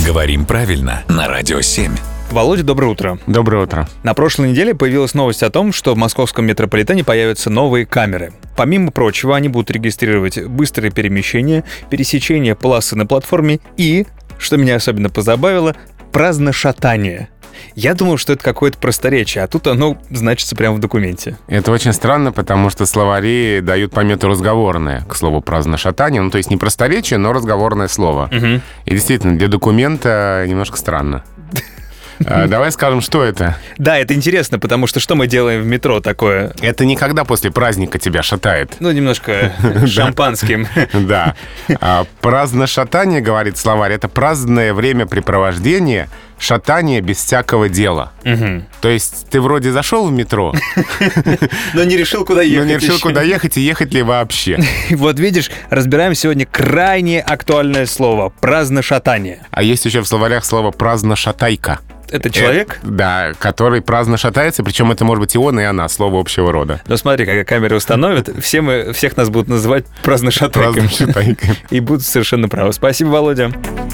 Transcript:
Говорим правильно на Радио 7. Володя, доброе утро. Доброе утро. На прошлой неделе появилась новость о том, что в московском метрополитене появятся новые камеры. Помимо прочего, они будут регистрировать быстрые перемещения, пересечение полосы на платформе и, что меня особенно позабавило, праздношатание. Я думал, что это какое-то просторечие, а тут оно значится прямо в документе. Это очень странно, потому что словари дают помету разговорное к слову праздношатание. Ну, то есть не просторечие, но разговорное слово. И действительно, для документа немножко странно. Давай скажем, что это. Да, это интересно, потому что мы делаем в метро такое? Это не когда после праздника тебя шатает. Ну, немножко шампанским. Да. Праздношатание, говорит словарь, это праздное времяпрепровождение, шатание без всякого дела. То есть ты вроде зашел в метро, но не решил, куда ехать. Но не решил, куда ехать и ехать ли вообще. Вот видишь, разбираем сегодня крайне актуальное слово – праздношатание. А есть еще в словарях слово праздношатайка. Это человек? Да, который праздно шатается, причем это может быть и он, и она, слово общего рода. Но смотри, когда камеры установят, всех нас будут называть праздношатайками. Праздношатайками. И будут совершенно правы. Спасибо, Володя.